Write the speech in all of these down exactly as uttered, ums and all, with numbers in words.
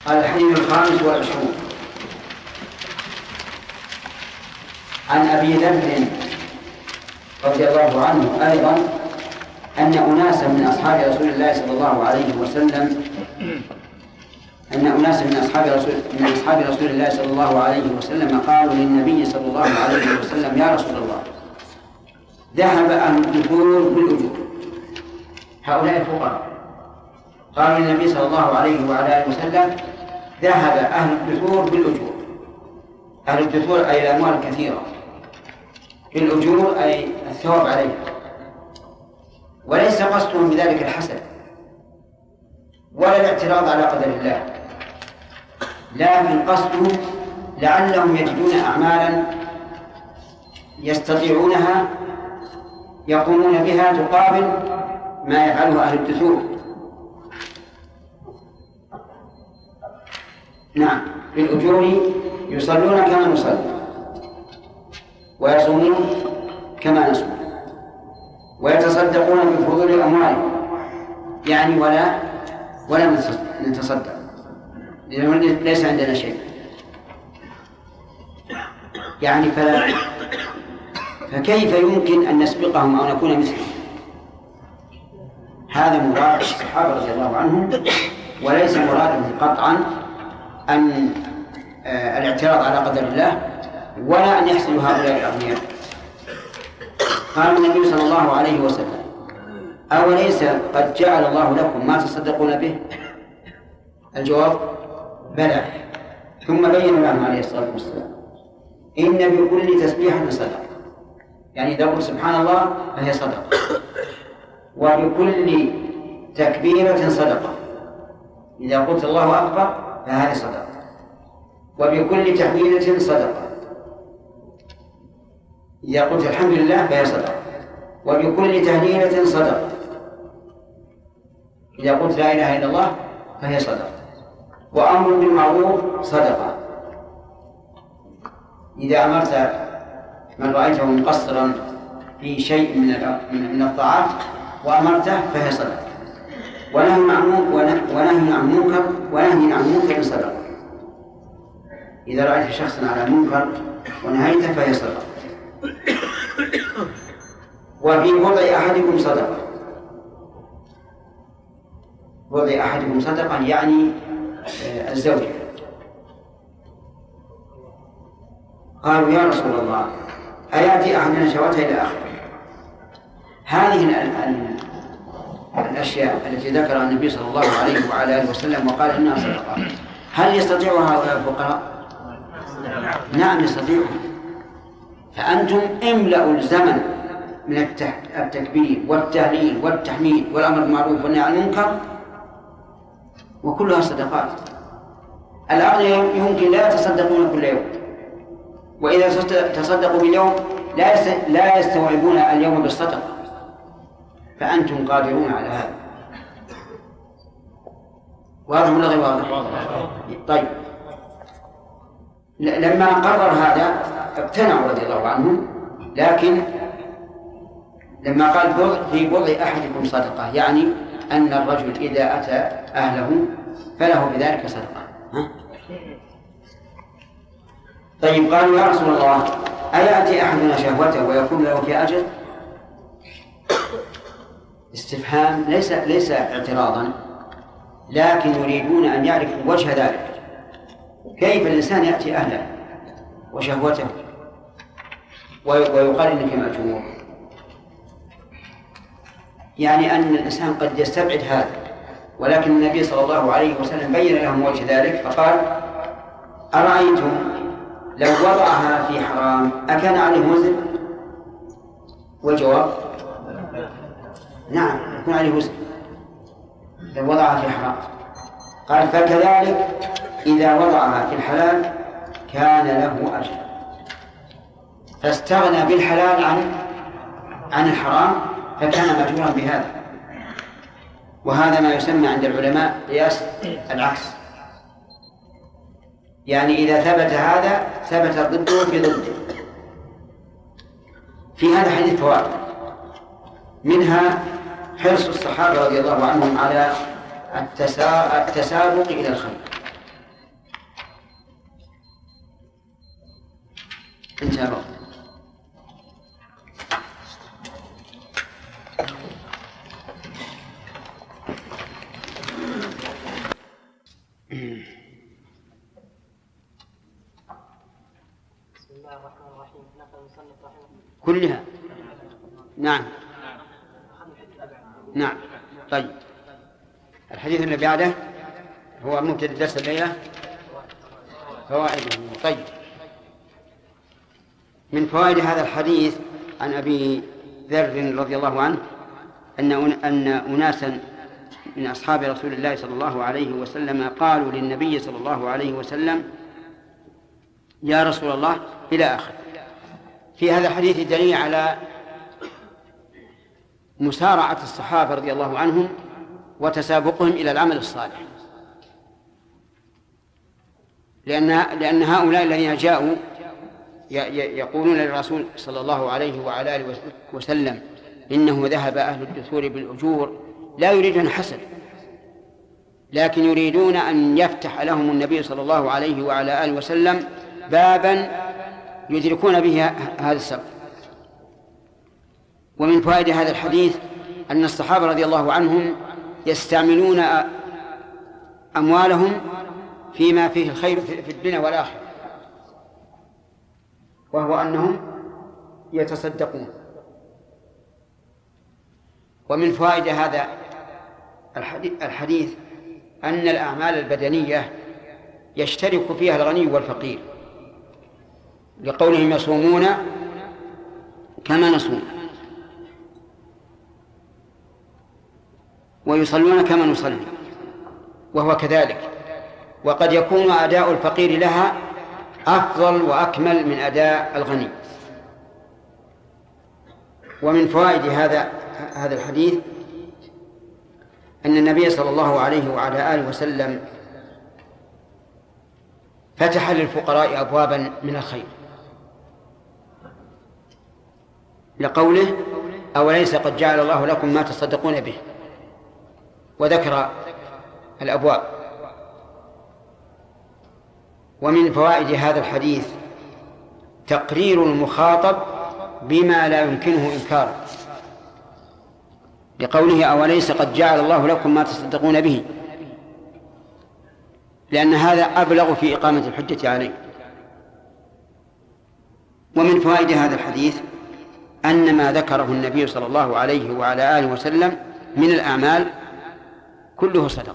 الحديث الخامس والعشرون عن أبي ذر رضي الله عنه أيضا أن أناسا من أصحاب رسول الله صلى الله عليه وسلم أن أناسا من أصحاب رسول من أصحاب رسول الله صلى الله عليه وسلم قالوا للنبي صلى الله عليه وسلم: يا رسول الله، ذهب أهل الدثور بالأجور. هؤلاء الفقراء قالوا للنبي صلى الله عليه وعلى آله وسلم: ذهب أهل الدثور بالأجور. أهل الدثور أي الأموال الكثيرة، بالأجور أي الثواب عليها، وليس قصدهم بذلك الحسد ولا الاعتراض على قدر الله، لكن قصدهم لعلهم يجدون أعمالا يستطيعونها يقومون بها تقابل ما يفعله أهل الدثور. نعم، بالأجور يصلون كما نصلي، ويصومون كما نصوم، ويتصدقون بفضول أموالهم، يعني ولا ولا نتصدق لأنه ليس عندنا شيء، يعني فلا فكيف يمكن أن نسبقهم أو نكون مثلهم؟ هذا مراد الصحابة رضي الله عنهم، وليس مرادهم قطعا أن آه الاعتراض على قدر الله ولا أن يحصل هؤلاء الأغنياء. قال النبي صلى الله عليه وسلم: أوليس قد جعل الله لكم ما تصدقون به؟ الجواب: بلى. ثم بين لهم عليه الصلاة والسلام: إن بكل تسبيحة صدقة، يعني إذا قلت سبحان الله فهي صدقة، وبكل تكبيرة صدقة، إذا قلت الله أكبر فهذه صدقة، وبكل تحميدة صدقة، إذا قلت الحمد لله فهي صدقة، وبكل تهليلة صدقة، إذا قلت لا إله إلا الله فهي صدقة، وأمر بالمعروف صدقة، إذا أمرت من رأيته مقصرا في شيء من من الطاعات وأمرته فهي صدقة، ونهي ونهي عن منكر ونهي عن منكر صدقة، إذا رأيت شخصا على منكر ونهيته فهي صدقة. وفي وضع أحدكم صدقة، وضع أحدكم صدقة يعني الزوجة. قالوا: يا رسول الله، أيأتي أحدنا شهوته إلى آخره. هذه الأشياء التي ذكرها النبي صلى الله عليه وعلى آله وسلم وقال إنها صدقة، هل يستطيعها هؤلاء الفقراء؟ نعم يستطيعون. فأنتم املأوا الزمن من التكبير والتهليل والتحميد والأمر بالمعروف والنهي عن المنكر، وكلها صدقات. الأغنياء يمكن لا يتصدقون كل يوم، وإذا تصدقوا باليوم لا يستوعبون اليوم بالصدقة، فأنتم قادرون على هذا. واضح ولا غير واضح؟ طيب، لما قرر هذا ابتنعوا رضي الله عنهم، لكن لما قال في بضع أحدكم صدقة، يعني أن الرجل إذا أتى أهله فله بذلك صدقة. ها؟ طيب، قالوا: يا رسول الله، أيأتي أحدنا شهوته ويكون له في أجر؟ استفهام ليس ليس اعتراضا، لكن يريدون أن يعرفوا وجه ذلك. كيف الإنسان يأتي أهله وشهوته ويقال إنك مأجور؟ يعني أن الإنسان قد يستبعد هذا، ولكن النبي صلى الله عليه وسلم بين لهم وجه ذلك فقال: أرأيتم لو وضعها في حرام أكان عليه وزر؟ والجواب: نعم، يكون عليه وزر لو وضعها في حرام. قال: فكذلك إذا وضعها في الحلال كان له أجر. فاستغنى بالحلال عن عن الحرام فكان مأجورا بهذا. وهذا ما يسمى عند العلماء قياس العكس، يعني إذا ثبت هذا ثبت ضده في ضده. في هذا حديث فوائد، منها حرص الصحابة رضي الله عنهم على التسابق إلى الخير، انتهى الوقت. بسم الله الرحمن الرحيم. نقل المصنف رحمه كلها. نعم نعم. طيب الحديث اللي بعده هو مبتدأ درس الليلة فوائده. طيب من فوائد هذا الحديث عن أبي ذر رضي الله عنه أن أن أناسا من أصحاب رسول الله صلى الله عليه وسلم قالوا للنبي صلى الله عليه وسلم يا رسول الله إلى آخر. في هذا الحديث دليل على مسارعة الصحابة رضي الله عنهم وتسابقهم إلى العمل الصالح، لأن لأن هؤلاء الذين جاءوا يقولون للرسول صلى الله عليه وعلى آله وسلم إنه ذهب أهل الدثور بالأجور، لا يريدون حسد، لكن يريدون أن يفتح لهم النبي صلى الله عليه وعلى آله وسلم بابا يدركون به هذا السبب. ومن فوائد هذا الحديث أن الصحابة رضي الله عنهم يستعملون أموالهم فيما فيه الخير في الدنيا والآخرة، وهو أنهم يتصدقون. ومن فوائد هذا الحديث أن الأعمال البدنية يشترك فيها الغني والفقير، لقولهم يصومون كما نصوم ويصلون كما نصلي، وهو كذلك. وقد يكون أداء الفقير لها أفضل وأكمل من أداء الغني. ومن فوائد هذا هذا الحديث أن النبي صلى الله عليه وعلى آله وسلم فتح للفقراء أبوابا من الخير، لقوله أوليس قد جعل الله لكم ما تصدقون به، وذكر الأبواب. ومن فوائد هذا الحديث تقرير المخاطب بما لا يمكنه إنكاره، لقوله أوليس قد جعل الله لكم ما تصدقون به، لأن هذا أبلغ في إقامة الحجة عليه. ومن فوائد هذا الحديث أن ما ذكره النبي صلى الله عليه وعلى آله وسلم من الأعمال كله صدقة،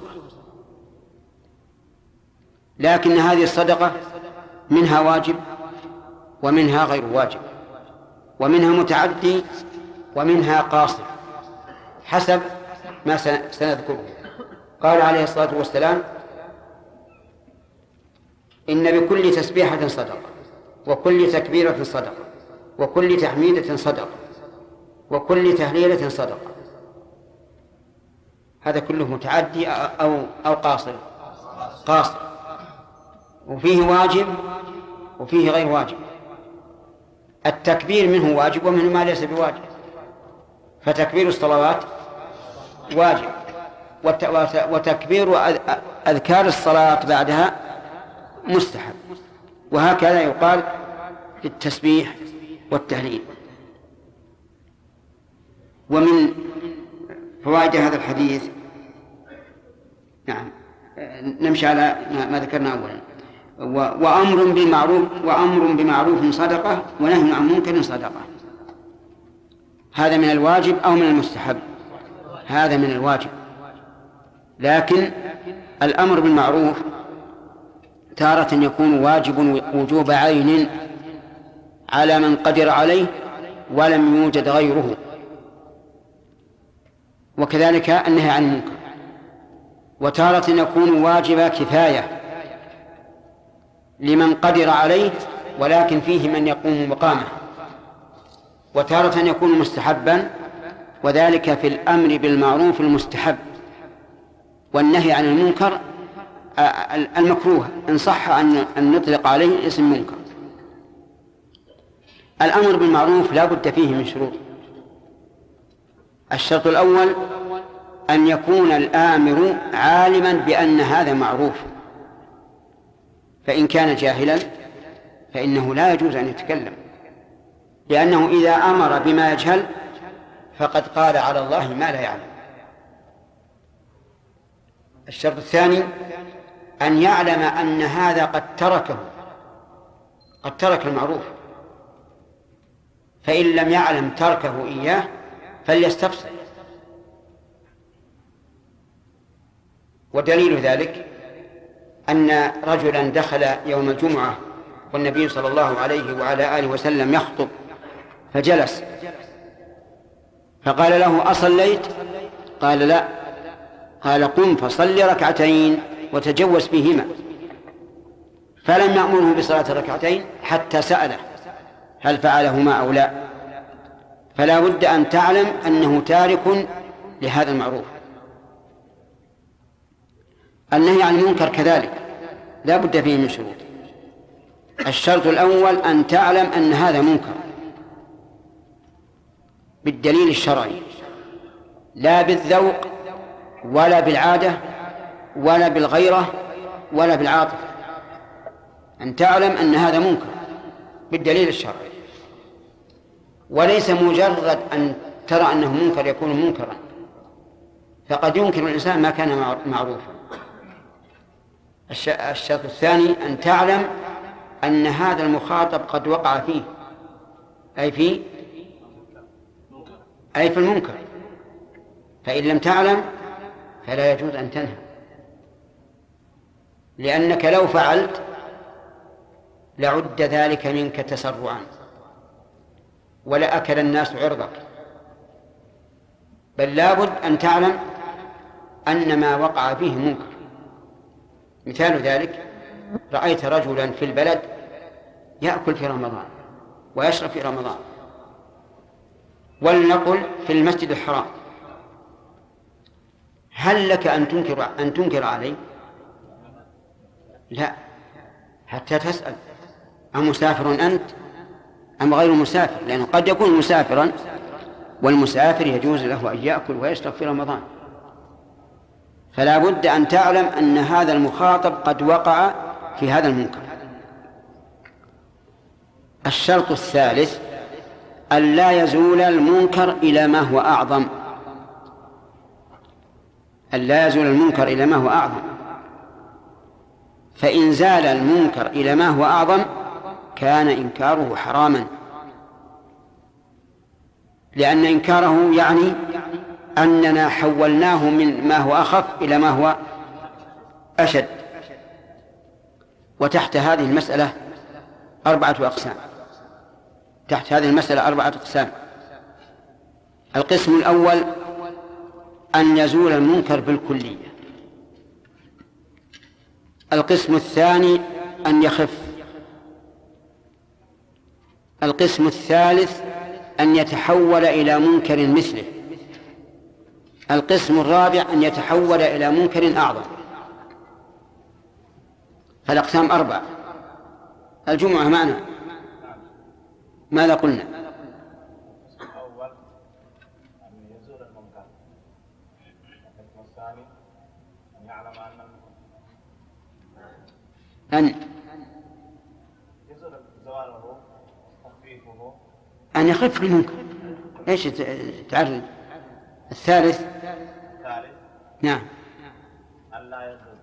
لكن هذه الصدقة منها واجب ومنها غير واجب، ومنها متعدي ومنها قاصر حسب ما سنذكره. قال عليه الصلاة والسلام إن بكل تسبيحة صدقة، وكل تكبيرة صدقة، وكل تحميدة صدقة، وكل تهليلة صدقة. هذا كله متعدي أو أو قاصر قاصر وفيه واجب وفيه غير واجب. التكبير منه واجب ومنه ما ليس بواجب، فتكبير الصلوات واجب، وتكبير أذكار الصلاة بعدها مستحب، وهكذا يقال في التسبيح والتهليل. ومن فوائد هذا الحديث نعم نمشي على ما ذكرنا أولا. وأمر بالمعروف وأمر بمعروف صدقة، ونهي عن منكر صدقة. هذا من الواجب أو من المستحب؟ هذا من الواجب، لكن الأمر بالمعروف تارة يكون واجب وجوب عين على من قدر عليه ولم يوجد غيره، وكذلك النهي عن المنكر. وتارة يكون واجب كفاية لمن قدر عليه ولكن فيه من يقوم مقامه. وتارة يكون مستحبا، وذلك في الأمر بالمعروف المستحب، والنهي عن المنكر المكروه إن صح أن نطلق عليه اسم منكر. الأمر بالمعروف لا بد فيه من شروط. الشرط الأول أن يكون الآمر عالما بأن هذا معروف، فإن كان جاهلا فإنه لا يجوز أن يتكلم، لأنه إذا أمر بما يجهل فقد قال على الله ما لا يعلم. الشرط الثاني أن يعلم أن هذا قد تركه، قد ترك المعروف، فإن لم يعلم تركه إياه فليستفسر. ودليل ذلك أن رجلا دخل يوم الجمعة والنبي صلى الله عليه وعلى آله وسلم يخطب فجلس، فقال له: أصليت؟ قال: لا. قال: قم فصل ركعتين وتجوز فيهما. فلم يأمره بصلاة ركعتين حتى سأله هل فعلهما أو لا. فلا بد أن تعلم أنه تارك لهذا المعروف. النهي عن المنكر كذلك لا بد فيه من شروط. الشرط الأول أن تعلم أن هذا منكر بالدليل الشرعي، لا بالذوق ولا بالعادة ولا بالغيرة ولا بالعاطفة. أن تعلم أن هذا منكر بالدليل الشرعي، وليس مجرد أن ترى أنه منكر يكون منكرا، فقد ينكر الإنسان ما كان معروفا. الشرط الثاني أن تعلم أن هذا المخاطب قد وقع فيه، أي في أي في المنكر، فإن لم تعلم فلا يجوز أن تنهى، لأنك لو فعلت لعد ذلك منك تسرعا ولأكل الناس عرضك. بل لابد أن تعلم أن ما وقع فيه منكر. مثال ذلك: رأيت رجلا في البلد يأكل في رمضان ويشرب في رمضان، ولنقل في المسجد الحرام، هل لك أن تنكر أن تنكر عليه؟ لا، حتى تسأل: أمسافر أنت أم غير مسافر؟ لأنه قد يكون مسافرا، والمسافر يجوز له أن يأكل ويشرب في رمضان. فلا بد أن تعلم أن هذا المخاطب قد وقع في هذا المنكر. الشرط الثالث أن لا يزول المنكر إلى ما هو أعظم، أن لا يزول المنكر إلى ما هو أعظم. فإن زال المنكر إلى ما هو أعظم كان إنكاره حراما، لأن إنكاره يعني أننا حولناه من ما هو أخف إلى ما هو أشد. وتحت هذه المسألة أربعة أقسام. تحت هذه المسألة أربعة أقسام. القسم الأول أن يزول المنكر بالكلية. القسم الثاني أن يخف. القسم الثالث أن يتحول إلى منكر مثله. القسم الرابع أن يتحول إلى منكر أعظم. فالأقسام أربعة. الجمعة معنا ماذا قلنا؟ الأول أن يزول المنكر. القسم الثاني أن يعلم أن أن يزول زواله تخفيفه، أن يخف المنكر. إيش تعرف؟ الثالث الثالث نعم أن لا يزول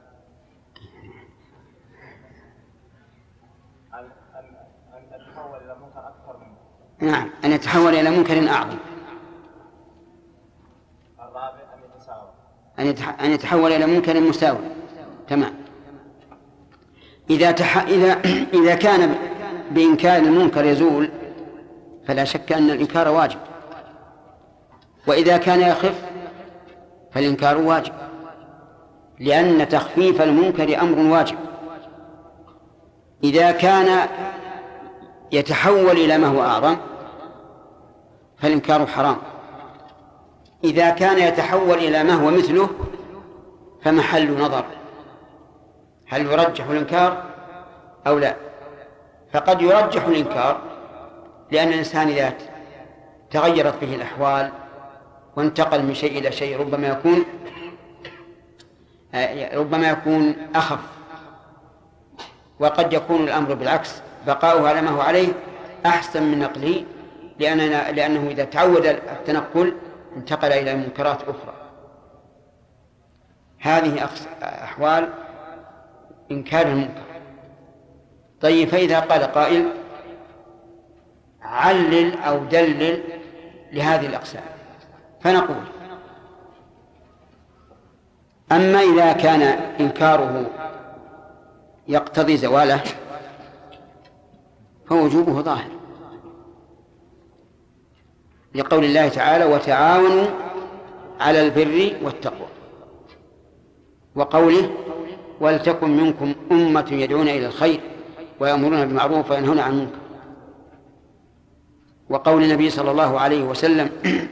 أن أن أن يتحول إلى منكر أكثر منه. نعم أن يتحول إلى منكر أعظم. الرابع أن يتساوى أن يتح... أن يتحول إلى منكر مساوي. تمام. إذا تح... إذا إذا كان بإنكار المنكر يزول فلا شك أن الإنكار واجب، وإذا كان يخف فالإنكار واجب، لأن تخفيف المنكر أمر واجب. إذا كان يتحول إلى ما هو أعظم فالإنكار حرام. إذا كان يتحول إلى ما هو مثله فمحل نظر، هل يرجح الإنكار أو لا؟ فقد يرجح الإنكار، لأن الإنسان إذا تغيرت به الأحوال وانتقل من شيء إلى شيء ربما يكون ربما يكون أخف، وقد يكون الأمر بالعكس بقاؤه على ما هو عليه أحسن من نقله، لأننا لأنه إذا تعود التنقل انتقل إلى منكرات أخرى. هذه أحوال إنكار المنكر. طيب، فإذا قال قائل علل أو دلل لهذه الأقسام، فنقول: أما إذا كان إنكاره يقتضي زواله فوجوبه ظاهر، لقول الله تعالى: وتعاونوا على البر والتقوى، وقوله: ولتكن منكم أمة يدعون إلى الخير ويأمرون بالمعروف وينهون عن المنكر، وقول النبي صلى الله عليه وسلم: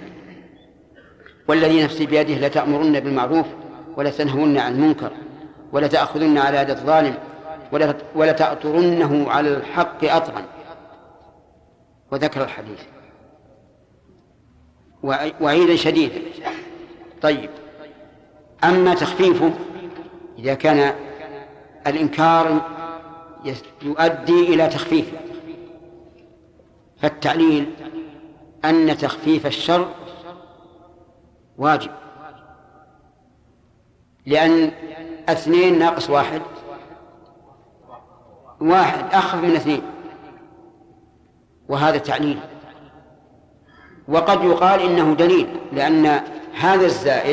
والذي نفسي بيده لتأمرن بالمعروف ولتنهون عن المنكر ولتأخذن على يد الظالم ولتأطرنه على الحق أطرا، وذكر الحديث وعيدا شديدا. طيب، أما تخفيفه إذا كان الإنكار يؤدي إلى تخفيفه، فالتعليل أن تخفيف الشر واجب، لأن اثنين ناقص واحد واحد أخف من اثنين، وهذا تعليل. وقد يقال إنه دليل، لأن هذا الزائد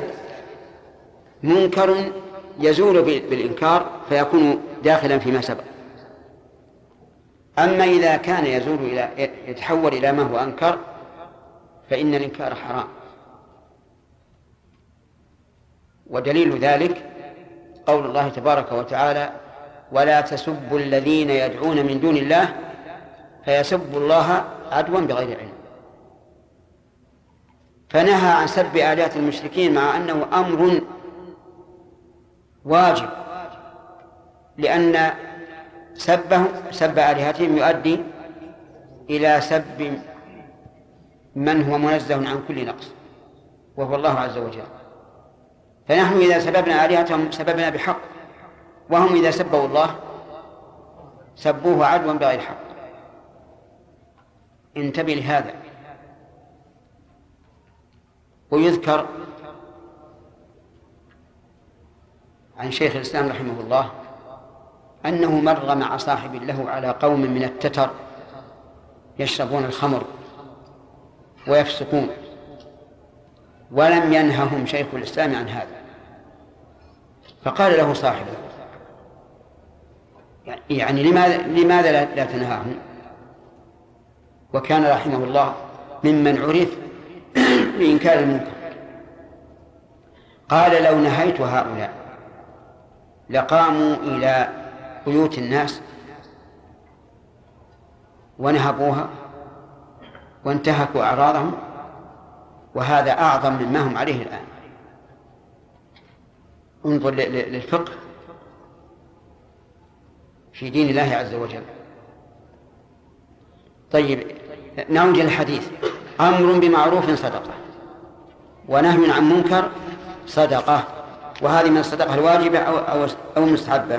منكر يزول بالإنكار فيكون داخلا فيما سبق. أما إذا كان يزول إلى يتحول إلى ما هو أنكر فإن الإنكار حرام. ودليل ذلك قول الله تبارك وتعالى: ولا تسبوا الذين يدعون من دون الله فيسبوا الله عدوا بغير علم. فنهى عن سب آلهة المشركين مع أنه أمر واجب، لأن سبه سب آلهتهم يؤدي إلى سب من هو منزه عن كل نقص وهو الله عز وجل. فنحن إذا سببنا آلهتهم سببنا بحق، وهم إذا سبوا الله سبوه عدوا بغير حق. انتبه لهذا. ويذكر عن شيخ الإسلام رحمه الله أنه مر مع صاحب له على قوم من التتر يشربون الخمر ويفسقون، ولم ينههم شيخ الإسلام عن هذا، فقال له صاحبه: يعني لماذا, لماذا لا, لا تنهاهم؟ وكان رحمه الله ممن عرف بإنكار المنكر. قال: لو نهيت هؤلاء لقاموا إلى بيوت الناس ونهبوها وانتهكوا أعراضهم، وهذا أعظم مما هم عليه الآن. انظر للفقه في دين الله عز وجل. طيب، نعود إلى الحديث: أمر بمعروف صدقة، ونهي عن منكر صدقة، وهذه من الصدقة الواجبة أو أو أو المستحبة،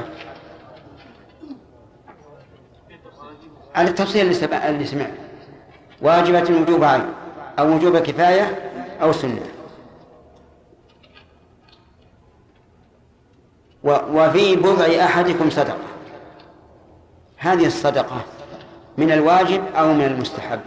على التفصيل اللي سمعنا: واجبة وجوب عين أو وجوب كفاية أو سنة. وفي بضع أحدكم صدقة، هذه الصدقة من الواجب أو من المستحب؟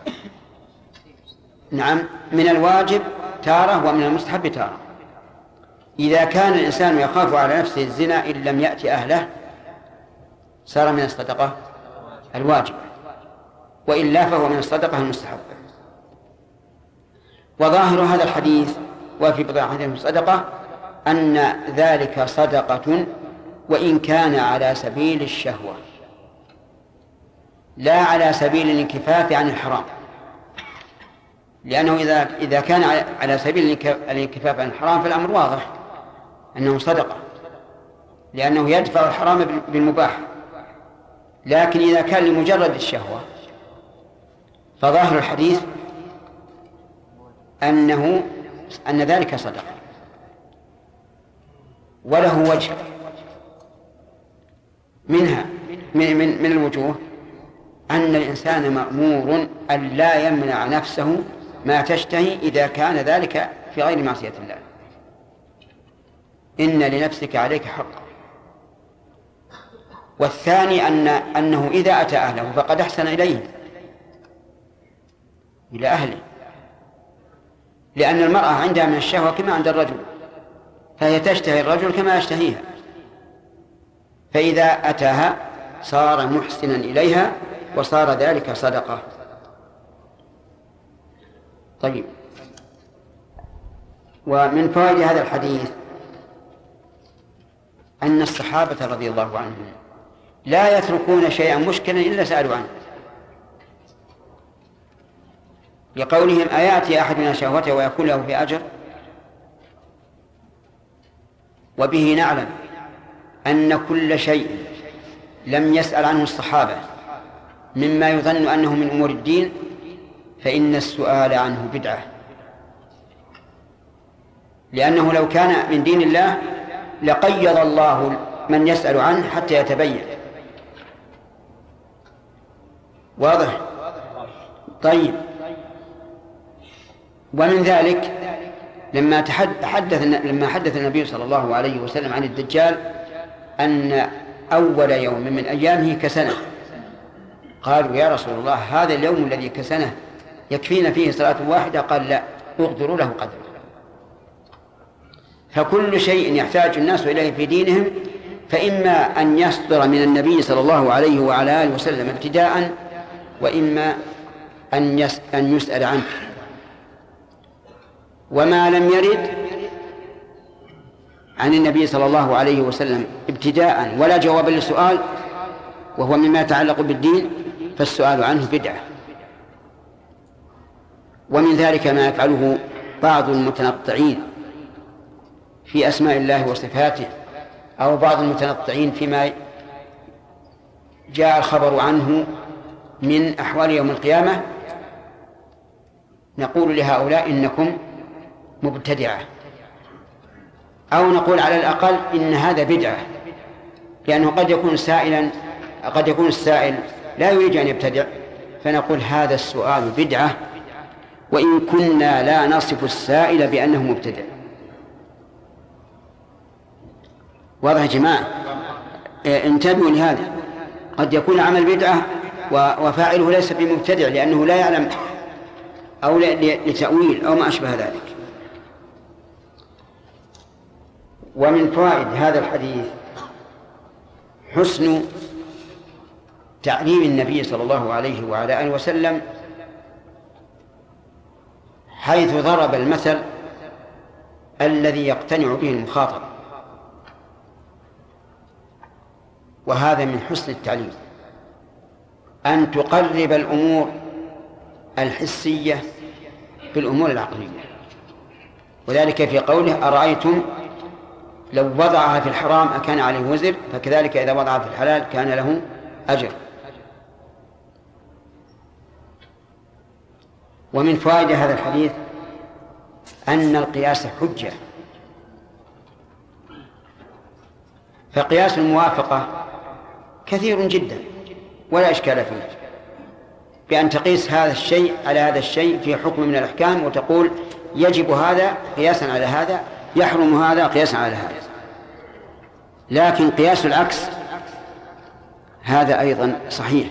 نعم، من الواجب تارة ومن المستحب تارة. إذا كان الإنسان يخاف على نفسه الزنا إن لم يأتي أهله صار من الصدقة الواجب، وإلا فهو من الصدقة المستحبة. وظاهر هذا الحديث وفي بضع أحدكم صدقة أن ذلك صدقة وإن كان على سبيل الشهوة لا على سبيل الانكفاف عن الحرام، لأنه إذا إذا كان على سبيل الانكفاف عن الحرام فالأمر واضح أنه صدقة، لأنه يدفع الحرام بالمباح. لكن إذا كان لمجرد الشهوة فظاهر الحديث أنه أن ذلك صدقة. وله وجه منها من من من الوجوه: أن الإنسان مأمور أن لا يمنع نفسه ما تشتهي إذا كان ذلك في غير معصية الله. إن لنفسك عليك حق. والثاني أن أنه إذا أتى أهله فقد أحسن إليه إلى أهله، لأن المرأة عندها من الشهوة كما عند الرجل، فهي تشتهي الرجل كما يشتهيها، فإذا أتاها صار محسنا إليها وصار ذلك صدقة. طيب، ومن فوائد هذا الحديث أن الصحابة رضي الله عنهم لا يتركون شيئا مشكلا إلا سألوا عنه، لقولهم أيأتي أحدنا شهوته ويكون له في أجر؟ وبه نعلم أن كل شيء لم يسأل عنه الصحابة مما يظن أنه من أمور الدين فإن السؤال عنه بدعة، لأنه لو كان من دين الله لقيض الله من يسأل عنه حتى يتبين. واضح؟ طيب، ومن ذلك لما تحدث لما حدث النبي صلى الله عليه وسلم عن الدجال أن أول يوم من أيامه كسنة، قالوا يا رسول الله هذا اليوم الذي كسنه يكفينا فيه صلاة واحدة؟ قال لا، اقدروا له قدره. فكل شيء يحتاج الناس إليه في دينهم فإما أن يصدر من النبي صلى الله عليه وعلى آله وسلم ابتداء، وإما أن أن يسأل عنه. وما لم يرد عن النبي صلى الله عليه وسلم ابتداء ولا جواب للسؤال وهو مما يتعلق بالدين فالسؤال عنه بدعة. ومن ذلك ما يفعله بعض المتنطعين في أسماء الله وصفاته، أو بعض المتنطعين فيما جاء الخبر عنه من أحوال يوم القيامة، نقول لهؤلاء إنكم مبتدعة، أو نقول على الأقل إن هذا بدعة، لأنه قد يكون سائلا قد يكون السائل لا يريد أن يبتدع، فنقول هذا السؤال بدعة وإن كنا لا نصف السائل بأنه مبتدع. واضح يا جماعة؟ انتبهوا لهذا، قد يكون عمل بدعة وفاعله ليس بمبتدع لأنه لا يعلم أو لتأويل أو ما أشبه ذلك. ومن فوائد هذا الحديث حسن تعليم النبي صلى الله عليه وعلى آله وسلم، حيث ضرب المثل الذي يقتنع به المخاطب، وهذا من حسن التعليم أن تقرب الأمور الحسية بالأمور العقلية، وذلك في قوله أرأيتم لو وضعها في الحرام أكان عليه وزر، فكذلك إذا وضعها في الحلال كان له أجر. ومن فوائد هذا الحديث أن القياس حجة، فقياس الموافقة كثير جدا ولا إشكال فيه، بأن تقيس هذا الشيء على هذا الشيء في حكم من الأحكام وتقول يجب هذا قياسا على هذا، يحرم هذا قياسا على هذا. لكن قياس العكس هذا أيضا صحيح،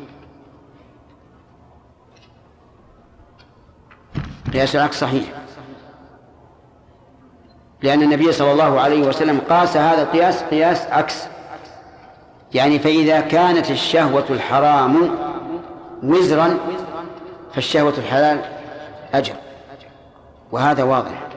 قياس العكس صحيح، لأن النبي صلى الله عليه وسلم قاس هذا القياس قياس عكس، يعني فإذا كانت الشهوة الحرام وزرا فالشهوة الحلال أجر، وهذا واضح.